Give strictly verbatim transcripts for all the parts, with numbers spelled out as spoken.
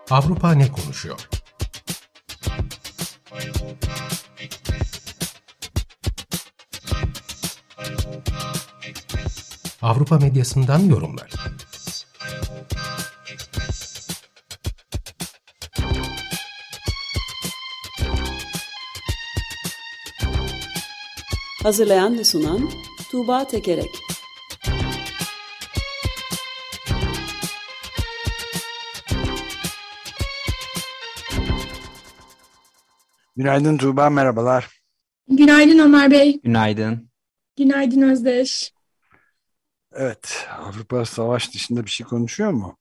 Avrupa ne konuşuyor? Avrupa medyasından yorumlar. Hazırlayan ve sunan Tuğba Tekerek. Günaydın Tuğba, merhabalar. Günaydın Ömer Bey. Günaydın. Günaydın Özdeş. Evet, Avrupa savaş dışında bir şey konuşuyor mu?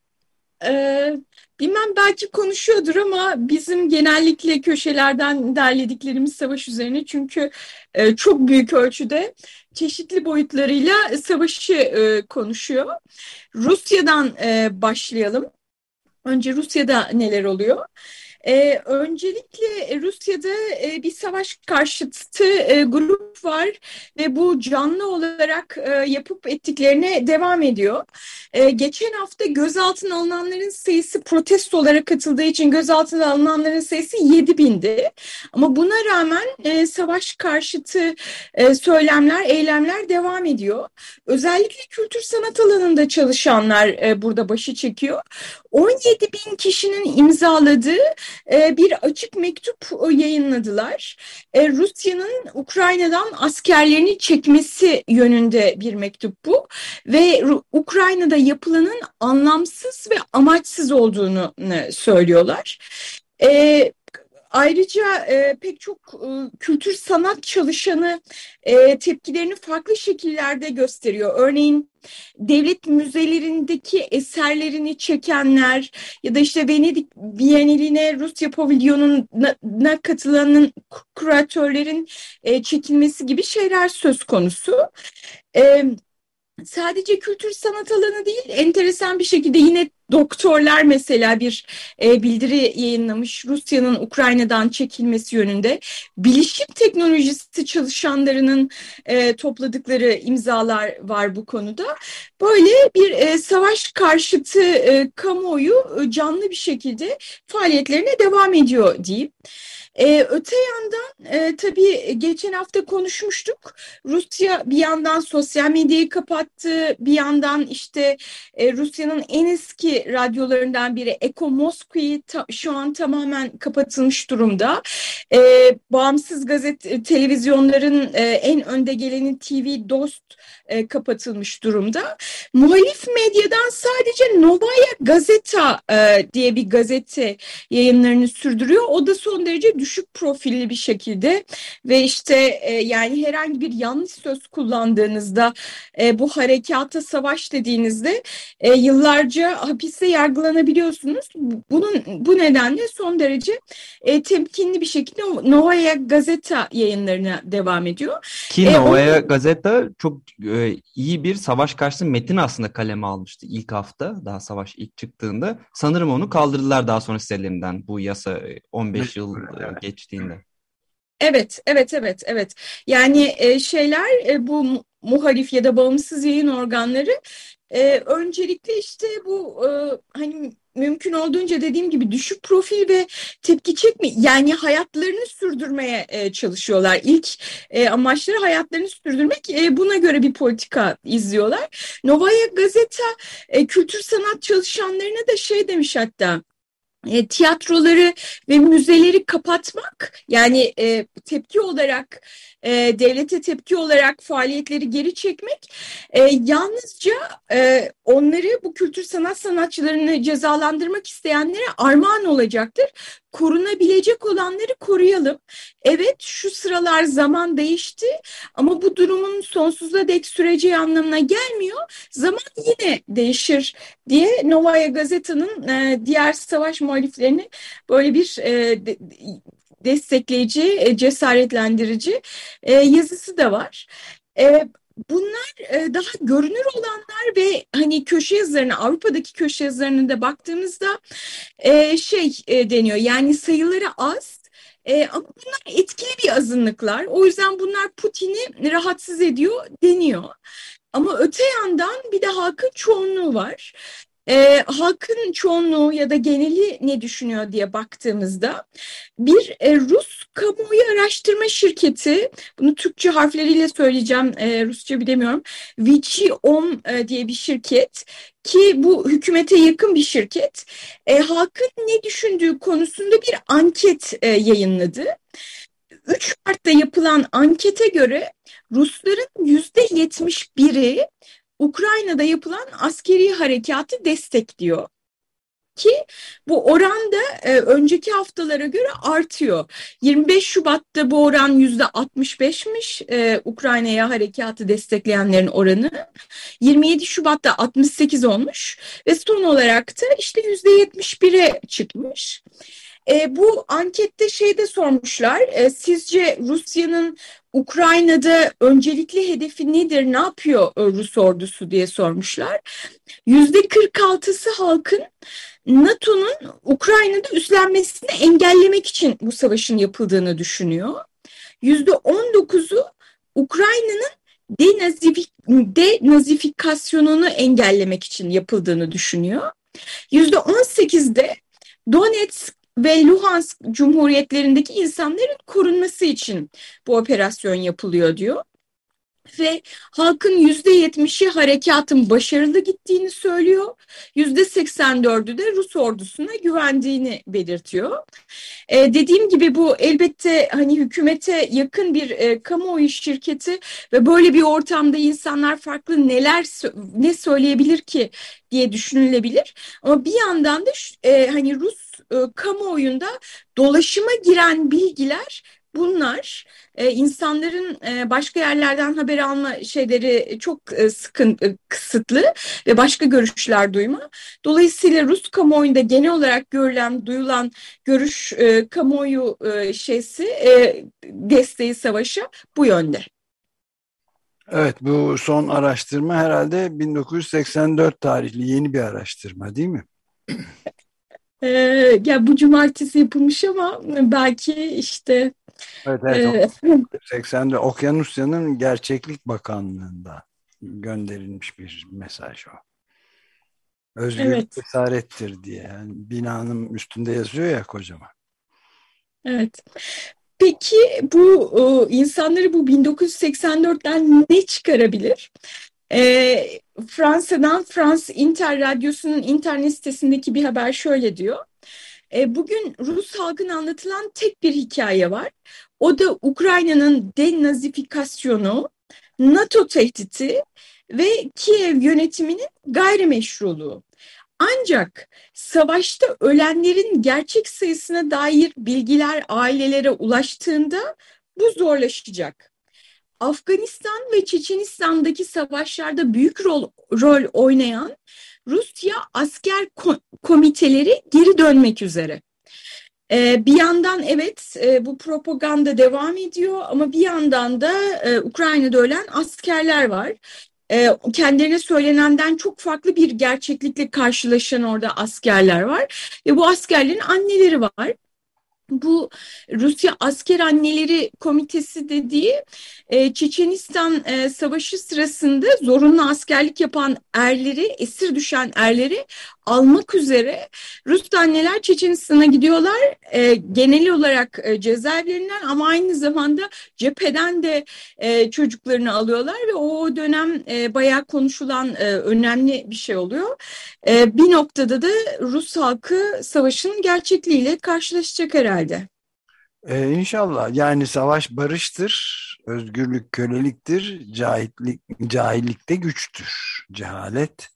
Ee, bilmem belki konuşuyordur ama bizim genellikle köşelerden derlediklerimiz savaş üzerine. Çünkü e, çok büyük ölçüde çeşitli boyutlarıyla savaşı e, konuşuyor. Rusya'dan e, başlayalım. Önce Rusya'da neler oluyor? Ee, öncelikle Rusya'da e, bir savaş karşıtı e, grup var ve bu canlı olarak e, yapıp ettiklerine devam ediyor. E, geçen hafta gözaltına alınanların sayısı protesto olarak katıldığı için gözaltına alınanların sayısı yedi bindi. Ama buna rağmen e, savaş karşıtı e, söylemler, eylemler devam ediyor. Özellikle kültür sanat alanında çalışanlar e, burada başı çekiyor. on yedi bin kişinin imzaladığı e, bir açık mektup yayınladılar. E, Rusya'nın Ukrayna'dan askerlerini çekmesi yönünde bir mektup bu ve Ukrayna'da yapılanın anlamsız ve amaçsız olduğunu e, söylüyorlar. E, Ayrıca e, pek çok e, kültür sanat çalışanı e, tepkilerini farklı şekillerde gösteriyor. Örneğin devlet müzelerindeki eserlerini çekenler ya da işte Venedik Bienali'ne Rusya pavilyonuna katılanın kuratörlerin e, çekilmesi gibi şeyler söz konusu. Evet. Sadece kültür sanat alanı değil, enteresan bir şekilde yine doktorlar mesela bir e, bildiri yayınlamış Rusya'nın Ukrayna'dan çekilmesi yönünde. Bilişim teknolojisi çalışanlarının e, topladıkları imzalar var bu konuda. Böyle bir e, savaş karşıtı e, kamuoyu e, canlı bir şekilde faaliyetlerine devam ediyor diyeyim. Ee, öte yandan e, tabii geçen hafta konuşmuştuk. Rusya bir yandan sosyal medyayı kapattı, bir yandan işte e, Rusya'nın en eski radyolarından biri Eko Moskva'yı ta, şu an tamamen kapatılmış durumda. E, bağımsız gazete, televizyonların e, en önde geleni T V Dost e, kapatılmış durumda. Muhalif medyadan sadece Novaya Gazeta e, diye bir gazete yayınlarını sürdürüyor. O da son derece düşük profilli bir şekilde ve işte e, yani herhangi bir yanlış söz kullandığınızda e, bu harekata savaş dediğinizde e, yıllarca hapiste yargılanabiliyorsunuz. Bunun bu nedenle son derece e, temkinli bir şekilde Novaya Gazeta yayınlarına devam ediyor. Ki E, Novaya onun... Gazeta çok e, iyi bir savaş karşıtı metin aslında kaleme almıştı ilk hafta, daha savaş ilk çıktığında. Sanırım onu kaldırdılar daha sonra sitelerinden bu yasa on beş yıl geçtiğinde. Evet, evet, evet, evet. Yani e, şeyler e, bu muhalif ya da bağımsız yayın organları e, öncelikle işte bu e, hani mümkün olduğunca dediğim gibi düşük profil ve tepki çekme yani hayatlarını sürdürmeye e, çalışıyorlar. İlk e, amaçları hayatlarını sürdürmek. E, buna göre bir politika izliyorlar. Novaya Gazeta e, kültür sanat çalışanlarına da şey demiş hatta. E, tiyatroları ve müzeleri kapatmak yani e, tepki olarak e, devlete tepki olarak faaliyetleri geri çekmek e, yalnızca e, onları bu kültür sanat sanatçılarını cezalandırmak isteyenlere armağan olacaktır. Korunabilecek olanları koruyalım. Evet şu sıralar zaman değişti ama bu durumun sonsuza dek süreceği anlamına gelmiyor. Zaman yine değişir diye Novaya Gazeta'nın e, diğer savaş muhaliflerini böyle bir e, de, destekleyici, e, cesaretlendirici e, yazısı da var. E, Bunlar e, daha görünür olanlar ve hani köşe yazılarına, Avrupa'daki köşe yazılarına da baktığımızda e, şey e, deniyor. Yani sayıları az e, ama bunlar etkili bir azınlıklar. O yüzden bunlar Putin'i rahatsız ediyor deniyor. Ama öte yandan bir de halkın çoğunluğu var. E, halkın çoğunluğu ya da geneli ne düşünüyor diye baktığımızda bir e, Rus kamuoyu araştırma şirketi, bunu Türkçe harfleriyle söyleyeceğim, e, Rusça bilemiyorum, Vichiom e, diye bir şirket ki bu hükümete yakın bir şirket, e, halkın ne düşündüğü konusunda bir anket e, yayınladı. üç Mart'ta yapılan ankete göre Rusların yüzde yetmiş biri Ukrayna'da yapılan askeri harekatı destekliyor. Ki bu oran da e, önceki haftalara göre artıyor. yirmi beş Şubat'ta bu oran yüzde altmış beşmiş e, Ukrayna'ya harekatı destekleyenlerin oranı. yirmi yedi Şubat'ta altmış sekiz olmuş ve son olarak da işte yüzde yetmiş bire çıkmış. E, bu ankette şey de sormuşlar, e, sizce Rusya'nın Ukrayna'da öncelikli hedefi nedir, ne yapıyor e, Rus ordusu diye sormuşlar. yüzde kırk altısı halkın NATO'nun Ukrayna'da üstlenmesini engellemek için bu savaşın yapıldığını düşünüyor. yüzde on dokuzu Ukrayna'nın denazifik, denazifikasyonunu engellemek için yapıldığını düşünüyor. yüzde on sekizde Donetsk ve Luhansk cumhuriyetlerindeki insanların korunması için bu operasyon yapılıyor diyor. Ve halkın yüzde yetmişi harekatın başarılı gittiğini söylüyor. yüzde seksen dördü de Rus ordusuna güvendiğini belirtiyor. Ee, dediğim gibi bu elbette hani hükümete yakın bir e, kamuoyu şirketi ve böyle bir ortamda insanlar farklı neler ne söyleyebilir ki diye düşünülebilir. Ama bir yandan da e, hani Rus e, kamuoyunda dolaşıma giren bilgiler bunlar. Ee, insanların e, başka yerlerden haber alma şeyleri çok e, sıkın, e, kısıtlı ve başka görüşler duyma. Dolayısıyla Rus kamuoyunda genel olarak görülen, duyulan görüş e, kamuoyu e, şeysi e, desteği savaşa bu yönde. Evet, bu son araştırma herhalde bin dokuz yüz seksen dört tarihli yeni bir araştırma değil mi? Ee, ya bu cumartesi yapılmış ama belki işte evet, evet, seksende Okyanusya'nın Gerçeklik Bakanlığı'nda gönderilmiş bir mesaj o. Özgürlük evet. cesarettir diye. Yani binanın üstünde yazıyor ya kocaman. Evet. Peki bu insanları bu bin dokuz yüz seksen dörtten ne çıkarabilir? E, Fransa'dan France Inter Radyosu'nun internet sitesindeki bir haber şöyle diyor. E, bugün Rus halkına anlatılan tek bir hikaye var. O da Ukrayna'nın denazifikasyonu, NATO tehdidi ve Kiev yönetiminin gayrimeşruluğu. Ancak savaşta ölenlerin gerçek sayısına dair bilgiler ailelere ulaştığında bu zorlaşacak. Afganistan ve Çeçenistan'daki savaşlarda büyük rol, rol oynayan Rusya asker ko- komiteleri geri dönmek üzere. Ee, bir yandan evet e, bu propaganda devam ediyor ama bir yandan da e, Ukrayna'da ölen askerler var. E, kendilerine söylenenden çok farklı bir gerçeklikle karşılaşan orada askerler var ve bu askerlerin anneleri var. Bu Rusya Asker Anneleri Komitesi dediği e, Çeçenistan e, Savaşı sırasında zorunlu askerlik yapan erleri, esir düşen erleri almak üzere Rus anneler Çeçenistan'a gidiyorlar. E, genel olarak e, cezaevlerinden ama aynı zamanda cepheden de e, çocuklarını alıyorlar ve o dönem e, bayağı konuşulan e, önemli bir şey oluyor. E, bir noktada da Rus halkı savaşın gerçekliğiyle karşılaşacak herhalde. Ee, İnşallah. Yani savaş barıştır, özgürlük köleliktir, cahillik, cahillikte güçtür, cehalet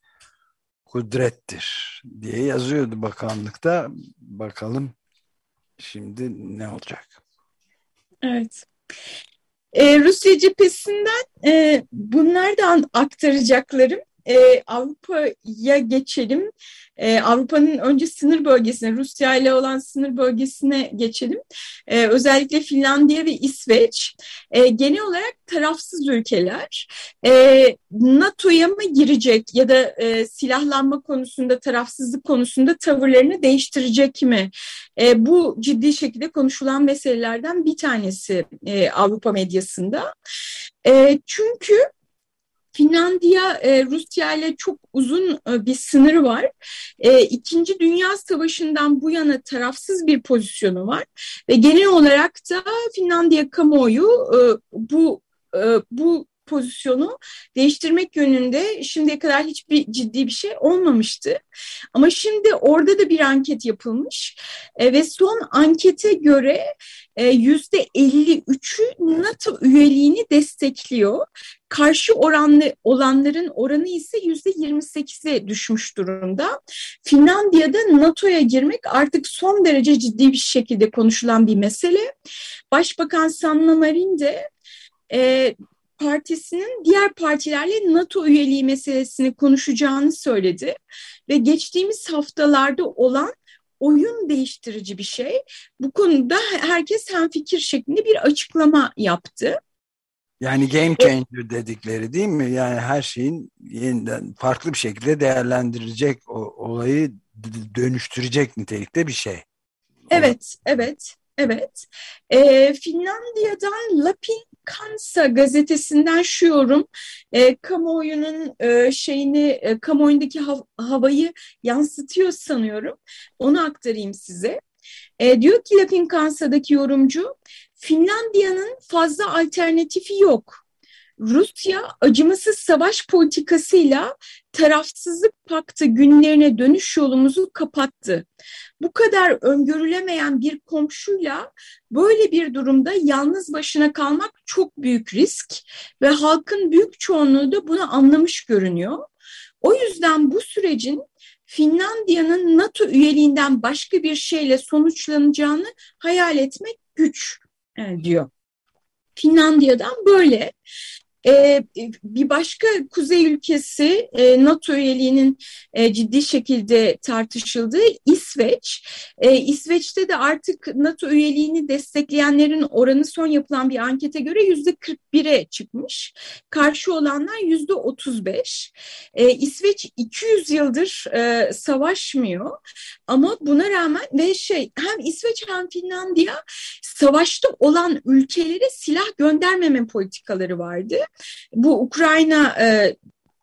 kudrettir diye yazıyordu bakanlıkta. Bakalım şimdi ne olacak? Evet. Ee, Rusya cephesinden e, bunlardan aktaracaklarım. Ee, Avrupa'ya geçelim. Ee, Avrupa'nın önce sınır bölgesine, Rusya ile olan sınır bölgesine geçelim. Ee, özellikle Finlandiya ve İsveç. Ee, genel olarak tarafsız ülkeler. Ee, NATO'ya mı girecek ya da e, silahlanma konusunda, tarafsızlık konusunda tavırlarını değiştirecek mi? E, bu ciddi şekilde konuşulan meselelerden bir tanesi e, Avrupa medyasında. E, çünkü Finlandiya e, Rusya ile çok uzun e, bir sınırı var. E, İkinci Dünya Savaşı'ndan bu yana tarafsız bir pozisyonu var ve genel olarak da Finlandiya kamuoyu e, bu e, bu pozisyonu değiştirmek yönünde şimdiye kadar hiçbir ciddi bir şey olmamıştı. Ama şimdi orada da bir anket yapılmış e, ve son ankete göre yüzde elli üçü NATO üyeliğini destekliyor. Karşı oranlı olanların oranı ise yüzde yirmi sekize düşmüş durumda. Finlandiya'da NATO'ya girmek artık son derece ciddi bir şekilde konuşulan bir mesele. Başbakan Sanna Marin de e, partisinin diğer partilerle NATO üyeliği meselesini konuşacağını söyledi ve geçtiğimiz haftalarda olan oyun değiştirici bir şey. Bu konuda herkes hemfikir şeklinde bir açıklama yaptı. Yani game changer dedikleri değil mi? Yani her şeyin yeniden farklı bir şekilde değerlendirecek, o olayı dönüştürecek nitelikte bir şey. Evet, evet, evet. Ee, Finlandiya'dan Lapin Kansa gazetesinden şu yorum, e, kamuoyunun e, şeyini, e, kamuoyundaki hav- havayı yansıtıyor sanıyorum. Onu aktarayım size. E, diyor ki Lapin Kansa'daki yorumcu, Finlandiya'nın fazla alternatifi yok. Rusya acımasız savaş politikasıyla tarafsızlık paktı günlerine dönüş yolumuzu kapattı. Bu kadar öngörülemeyen bir komşuyla böyle bir durumda yalnız başına kalmak çok büyük risk ve halkın büyük çoğunluğu da bunu anlamış görünüyor. O yüzden bu sürecin Finlandiya'nın NATO üyeliğinden başka bir şeyle sonuçlanacağını hayal etmek güç diyor. Finlandiya'dan böyle. Ee, bir başka kuzey ülkesi e, NATO üyeliğinin e, ciddi şekilde tartışıldığı İsveç. E, İsveç'te de artık NATO üyeliğini destekleyenlerin oranı son yapılan bir ankete göre yüzde kırk bire çıkmış. Karşı olanlar yüzde otuz beş. E, İsveç iki yüz yıldır e, savaşmıyor ama buna rağmen ve şey hem İsveç hem Finlandiya savaşta olan ülkelere silah göndermeme politikaları vardı. Bu Ukrayna e,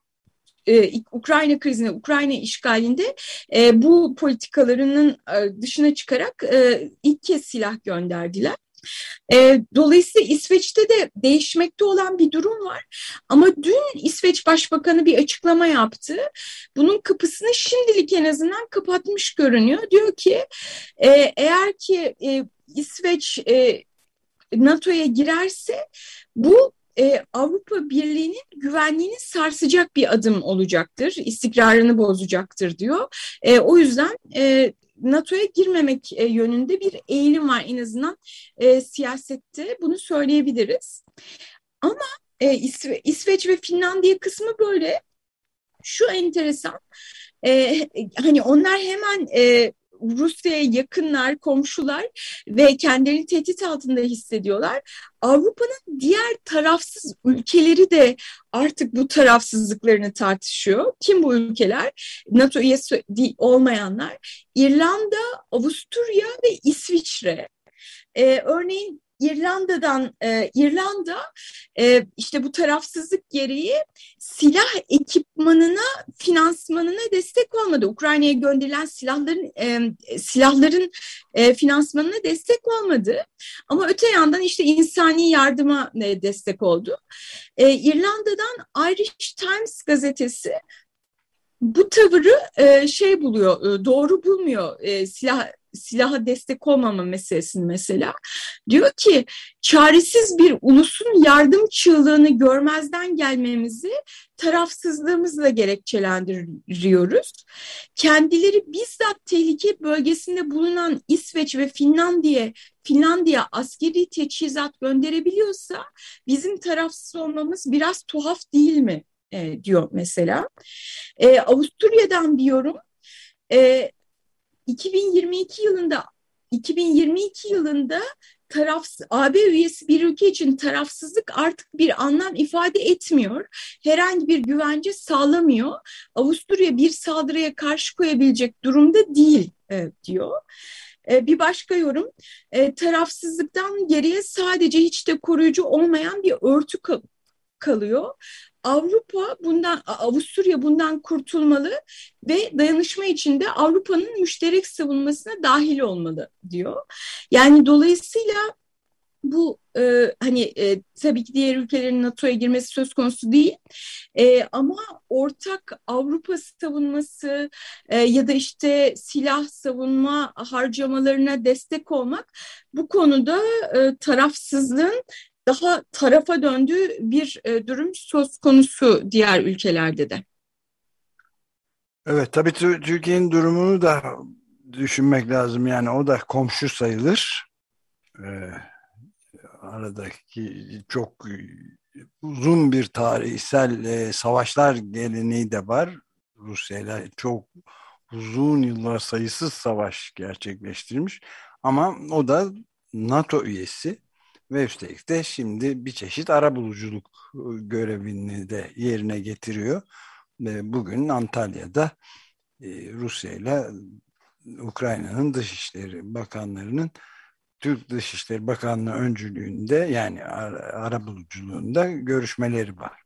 e, Ukrayna krizinde, Ukrayna işgalinde e, bu politikalarının e, dışına çıkarak e, ilk kez silah gönderdiler. E, dolayısıyla İsveç'te de değişmekte olan bir durum var. Ama dün İsveç Başbakanı bir açıklama yaptı. Bunun kapısını şimdilik en azından kapatmış görünüyor. Diyor ki e, eğer ki e, İsveç e, NATO'ya girerse bu e, Avrupa Birliği'nin güvenliğini sarsacak bir adım olacaktır, istikrarını bozacaktır diyor. E, o yüzden e, NATO'ya girmemek e, yönünde bir eğilim var en azından e, siyasette, bunu söyleyebiliriz. Ama e, İsve- İsveç ve Finlandiya kısmı böyle. Şu enteresan, e, hani onlar hemen e, Rusya'ya yakınlar, komşular ve kendilerini tehdit altında hissediyorlar. Avrupa'nın diğer tarafsız ülkeleri de artık bu tarafsızlıklarını tartışıyor. Kim bu ülkeler? NATO üyesi olmayanlar. İrlanda, Avusturya ve İsviçre. Ee, örneğin İrlanda'dan e, İrlanda e, işte bu tarafsızlık gereği silah ekipmanına, finansmanına destek olmadı. Ukrayna'ya gönderilen silahların e, silahların e, finansmanına destek olmadı. Ama öte yandan işte insani yardıma e, destek oldu. E, İrlanda'dan Irish Times gazetesi bu tavırı e, şey buluyor, e, doğru bulmuyor, e, silah silaha destek olmama meselesini mesela. Diyor ki çaresiz bir ulusun yardım çığlığını görmezden gelmemizi tarafsızlığımızla gerekçelendiriyoruz. Kendileri bizzat tehlike bölgesinde bulunan İsveç ve Finlandiya, Finlandiya askeri teçhizat gönderebiliyorsa bizim tarafsız olmamız biraz tuhaf değil mi? E, diyor mesela. E, Avusturya'dan bir yorum. E, iki bin yirmi iki yılında iki bin yirmi iki yılında tarafsız, A B üyesi bir ülke için tarafsızlık artık bir anlam ifade etmiyor. Herhangi bir güvence sağlamıyor. Avusturya bir saldırıya karşı koyabilecek durumda değil e, diyor. E, bir başka yorum, e, tarafsızlıktan geriye sadece hiç de koruyucu olmayan bir örtü kalıyor. kalıyor. Avrupa bundan, Avusturya bundan kurtulmalı ve dayanışma içinde Avrupa'nın müşterek savunmasına dahil olmalı diyor. Yani dolayısıyla bu e, hani e, tabii ki diğer ülkelerin NATO'ya girmesi söz konusu değil. E, ama ortak Avrupa savunması e, ya da işte silah savunma harcamalarına destek olmak bu konuda e, tarafsızlığın daha tarafa döndüğü bir e, durum söz konusu diğer ülkelerde de. Evet, tabii Türkiye'nin durumunu da düşünmek lazım. Yani o da komşu sayılır. Ee, aradaki çok uzun bir tarihsel e, savaşlar geleneği de var. Rusya'yla çok uzun yıllar sayısız savaş gerçekleştirmiş. Ama o da NATO üyesi ve üstelik de şimdi bir çeşit arabuluculuk görevini de yerine getiriyor. Ve bugün Antalya'da e, Rusya ile Ukrayna'nın Dışişleri Bakanlarının Türk Dışişleri Bakanlığı öncülüğünde, yani arabuluculuğunda görüşmeleri var.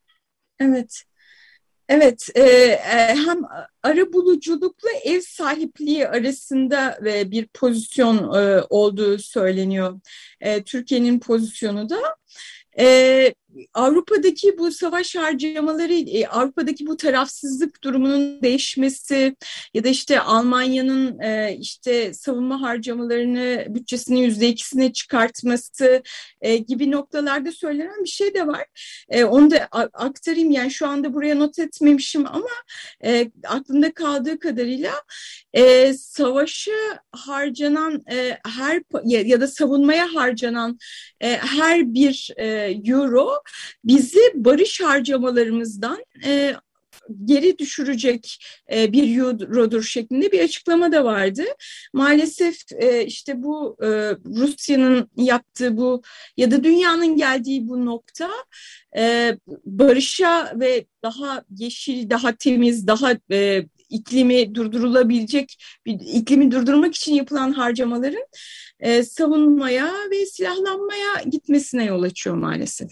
Evet. Evet, e, hem arabuluculukla ev sahipliği arasında e, bir pozisyon e, olduğu söyleniyor. E, Türkiye'nin pozisyonu da. E, Avrupa'daki bu savaş harcamaları, e, Avrupa'daki bu tarafsızlık durumunun değişmesi ya da işte Almanya'nın e, işte savunma harcamalarını bütçesinin yüzde ikisine çıkartması e, gibi noktalarda söylenen bir şey de var. E, onu da aktarayım, yani şu anda buraya not etmemişim ama e, aklımda kaldığı kadarıyla e, savaşa harcanan e, her ya, ya da savunmaya harcanan e, her bir e, euro bizi barış harcamalarımızdan e, geri düşürecek e, bir eurodur şeklinde bir açıklama da vardı. Maalesef e, işte bu e, Rusya'nın yaptığı bu ya da dünyanın geldiği bu nokta e, barışa ve daha yeşil, daha temiz, daha e, iklimi durdurulabilecek, iklimi durdurmak için yapılan harcamaların e, savunmaya ve silahlanmaya gitmesine yol açıyor maalesef.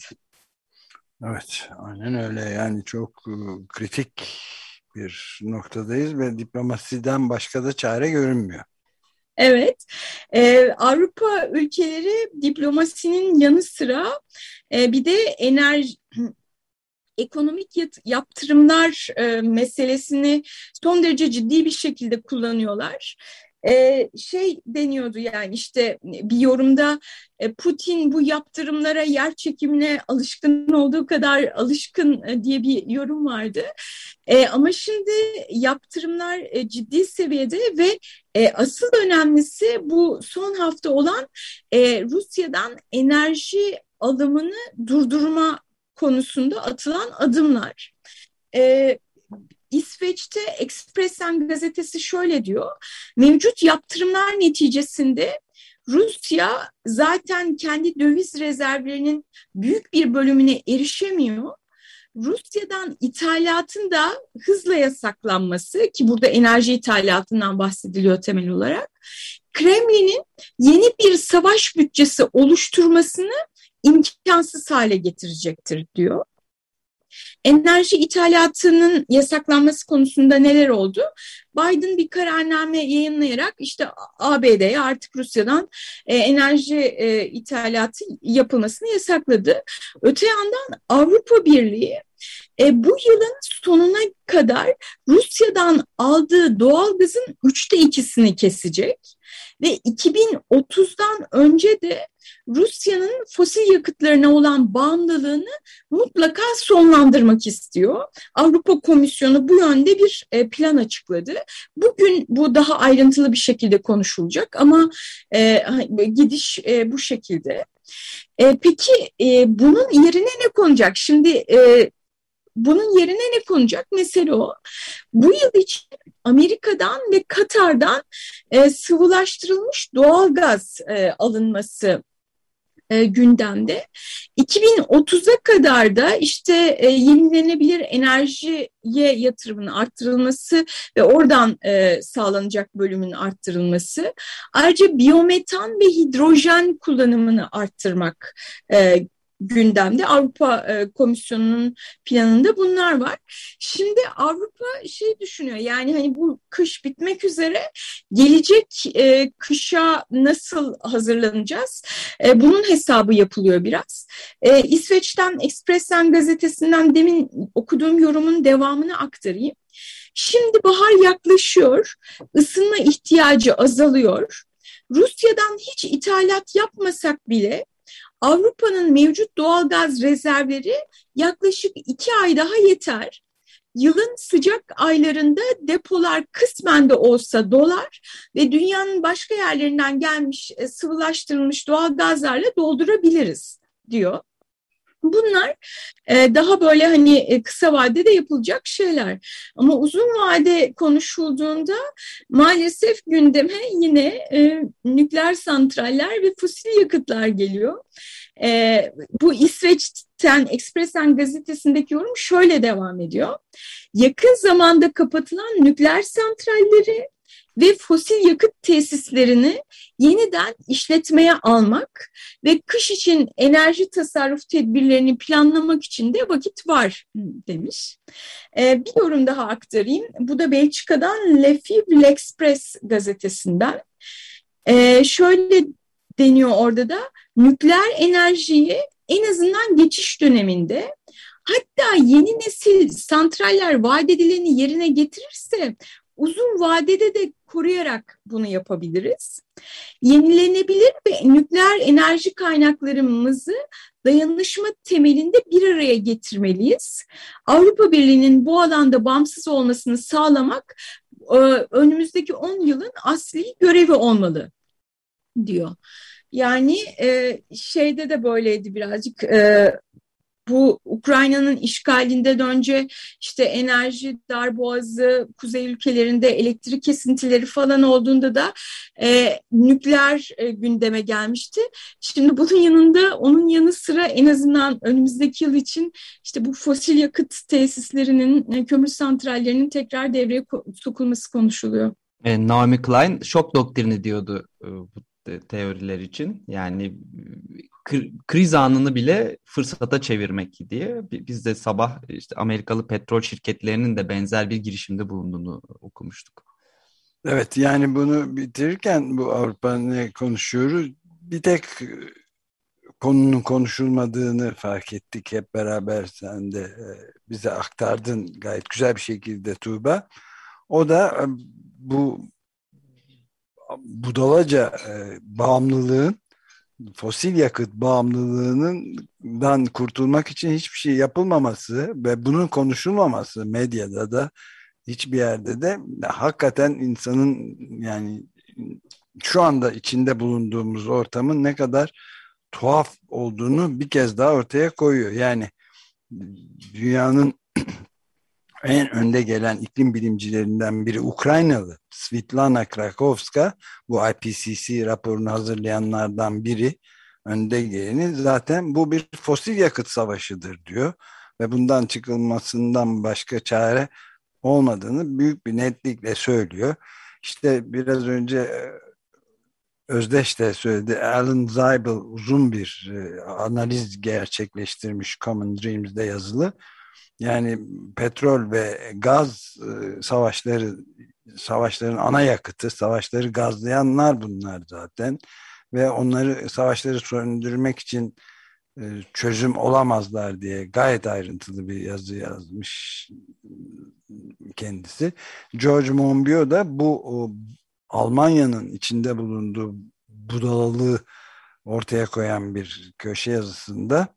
Evet, aynen öyle. Yani çok uh, kritik bir noktadayız ve diplomasiden başka da çare görünmüyor. Evet, e, Avrupa ülkeleri diplomasinin yanı sıra e, bir de enerji... ekonomik yaptırımlar e, meselesini son derece ciddi bir şekilde kullanıyorlar. E, şey deniyordu, yani işte bir yorumda e, Putin bu yaptırımlara, yer çekimine alışkın olduğu kadar alışkın e, diye bir yorum vardı. E, ama şimdi yaptırımlar e, ciddi seviyede ve e, asıl önemlisi bu son hafta olan e, Rusya'dan enerji alımını durdurma konusunda atılan adımlar. Ee, İsveç'te Expressen gazetesi şöyle diyor: mevcut yaptırımlar neticesinde Rusya zaten kendi döviz rezervlerinin büyük bir bölümüne erişemiyor. Rusya'dan ithalatın da hızla yasaklanması, ki burada enerji ithalatından bahsediliyor temel olarak, Kremlin'in yeni bir savaş bütçesi oluşturmasını imkansız hale getirecektir diyor. Enerji ithalatının yasaklanması konusunda neler oldu? Biden bir kararname yayınlayarak işte A B D'ye artık Rusya'dan e, enerji e, ithalatı yapılmasını yasakladı. Öte yandan Avrupa Birliği e, bu yılın sonuna kadar Rusya'dan aldığı doğalgazın üçte ikisini kesecek ve iki bin otuzdan önce de Rusya'nın fosil yakıtlarına olan bağımlılığını mutlaka sonlandırmak istiyor. Avrupa Komisyonu bu yönde bir plan açıkladı. Bugün bu daha ayrıntılı bir şekilde konuşulacak ama e, gidiş e, bu şekilde. E, peki e, bunun yerine ne konacak? Şimdi e, bunun yerine ne konacak? Mesele o. Bu yıl için Amerika'dan ve Katar'dan e, sıvılaştırılmış doğalgaz e, alınması E, gündemde. iki bin otuza kadar da işte e, yenilenebilir enerjiye yatırımının arttırılması ve oradan e, sağlanacak bölümün arttırılması. Ayrıca biyometan ve hidrojen kullanımını arttırmak e, gündemde. Avrupa e, Komisyonu'nun planında bunlar var. Şimdi Avrupa şey düşünüyor, yani hani bu kış bitmek üzere, gelecek e, kışa nasıl hazırlanacağız? E, bunun hesabı yapılıyor biraz. E, İsveç'ten Expressen gazetesinden demin okuduğum yorumun devamını aktarayım. Şimdi bahar yaklaşıyor, ısınma ihtiyacı azalıyor. Rusya'dan hiç ithalat yapmasak bile Avrupa'nın mevcut doğalgaz rezervleri yaklaşık iki ay daha yeter. Yılın sıcak aylarında depolar kısmen de olsa dolar ve dünyanın başka yerlerinden gelmiş sıvılaştırılmış doğalgazlarla doldurabiliriz diyor. Bunlar e, daha böyle hani e, kısa vadede yapılacak şeyler. Ama uzun vade konuşulduğunda maalesef gündeme yine e, nükleer santraller ve fosil yakıtlar geliyor. E, bu İsveç'ten Expressen gazetesindeki yorum şöyle devam ediyor. Yakın zamanda kapatılan nükleer santralleri ve fosil yakıt tesislerini yeniden işletmeye almak ve kış için enerji tasarruf tedbirlerini planlamak için de vakit var demiş. Ee, bir yorum daha aktarayım. Bu da Belçika'dan Le Figaro L'Express gazetesinden. Ee, şöyle deniyor orada da, nükleer enerjiyi en azından geçiş döneminde, hatta yeni nesil santraller vaat edileni yerine getirirse uzun vadede de koruyarak bunu yapabiliriz. Yenilenebilir ve nükleer enerji kaynaklarımızı dayanışma temelinde bir araya getirmeliyiz. Avrupa Birliği'nin bu alanda bağımsız olmasını sağlamak önümüzdeki on yılın asli görevi olmalı diyor. Yani şeyde de böyleydi birazcık. Bu Ukrayna'nın işgalinden önce işte enerji darboğazı, kuzey ülkelerinde elektrik kesintileri falan olduğunda da e, nükleer e, gündeme gelmişti. Şimdi bunun yanında, onun yanı sıra en azından önümüzdeki yıl için işte bu fosil yakıt tesislerinin, e, kömür santrallerinin tekrar devreye sokulması konuşuluyor. E, Naomi Klein şok doktrini diyordu e, bu teoriler için. Yani kriz anını bile fırsata çevirmek diye. Biz de sabah işte Amerikalı petrol şirketlerinin de benzer bir girişimde bulunduğunu okumuştuk. Evet, yani bunu bitirirken bu Avrupa ne konuşuyoruz? Bir tek konunun konuşulmadığını fark ettik hep beraber, sen de bize aktardın gayet güzel bir şekilde Tuğba. O da bu budalaca bağımlılığın, fosil yakıt bağımlılığından kurtulmak için hiçbir şey yapılmaması ve bunun konuşulmaması medyada da, hiçbir yerde de, hakikaten insanın, yani şu anda içinde bulunduğumuz ortamın ne kadar tuhaf olduğunu bir kez daha ortaya koyuyor. Yani dünyanın en önde gelen iklim bilimcilerinden biri Ukraynalı Svitlana Krakowska, bu I P C C raporunu hazırlayanlardan biri, önde geleni, zaten bu bir fosil yakıt savaşıdır diyor ve bundan çıkılmasından başka çare olmadığını büyük bir netlikle söylüyor. İşte biraz önce Özdeş de söyledi, Alan Zeibel uzun bir analiz gerçekleştirmiş Common Dreams'de yazılı. Yani petrol ve gaz e, savaşları, savaşların ana yakıtı, savaşları gazlayanlar bunlar zaten ve onları, savaşları söndürmek için e, çözüm olamazlar diye gayet ayrıntılı bir yazı yazmış kendisi. George Monbiot da bu o, Almanya'nın içinde bulunduğu budalalığı ortaya koyan bir köşe yazısında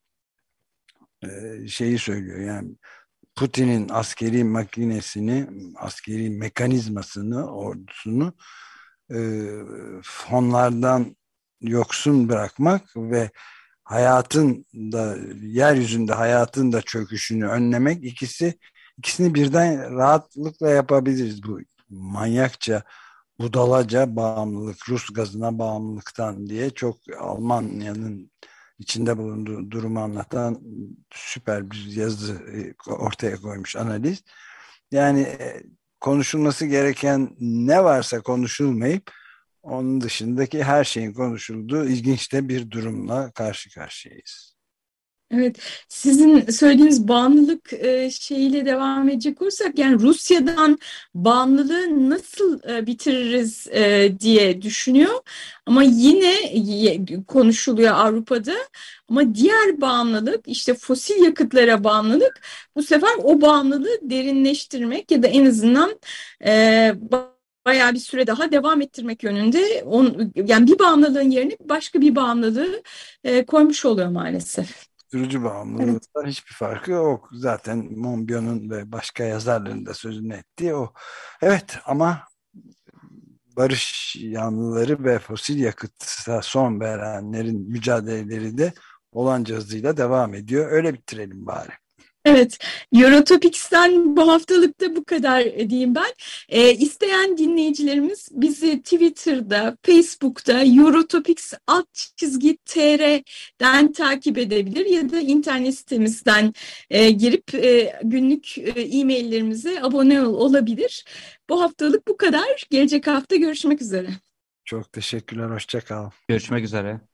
şeyi söylüyor, yani Putin'in askeri makinesini, askeri mekanizmasını, ordusunu e, fonlardan yoksun bırakmak ve hayatın da, yeryüzünde hayatın da çöküşünü önlemek, ikisi ikisini birden rahatlıkla yapabiliriz. Bu manyakça, budalaca bağımlılık, Rus gazına bağımlılıktan diye çok Almanya'nın içinde bulunduğu durumu anlatan süper bir yazı ortaya koymuş, analiz. Yani konuşulması gereken ne varsa konuşulmayıp onun dışındaki her şeyin konuşulduğu ilginç de bir durumla karşı karşıyayız. Evet, sizin söylediğiniz bağımlılık e, şeyiyle devam edecek olursak, yani Rusya'dan bağımlılığı nasıl e, bitiririz e, diye düşünüyor. Ama yine ye- konuşuluyor Avrupa'da. Ama diğer bağımlılık, işte fosil yakıtlara bağımlılık, bu sefer o bağımlılığı derinleştirmek ya da en azından e, ba- bayağı bir süre daha devam ettirmek yönünde. On, yani bir bağımlılığın yerine başka bir bağımlılığı e, koymuş oluyor maalesef. Sürücü bağımlılığı Evet. da hiçbir farkı yok. Zaten Monbiot'un ve başka yazarların da sözünü ettiği o. Evet, ama barış yanlıları ve fosil yakıta son verenlerin mücadeleleri de olanca hızıyla devam ediyor. Öyle bitirelim bari. Evet, Eurotopics'ten bu haftalık da bu kadar e, diyeyim ben. E, isteyen dinleyicilerimiz bizi Twitter'da, Facebook'ta, Eurotopics alt çizgi tr'den takip edebilir ya da internet sitemizden e, girip e, günlük e, e-maillerimize abone ol- olabilir. Bu haftalık bu kadar. Gelecek hafta görüşmek üzere. Çok teşekkürler. Hoşça kal. Görüşmek üzere.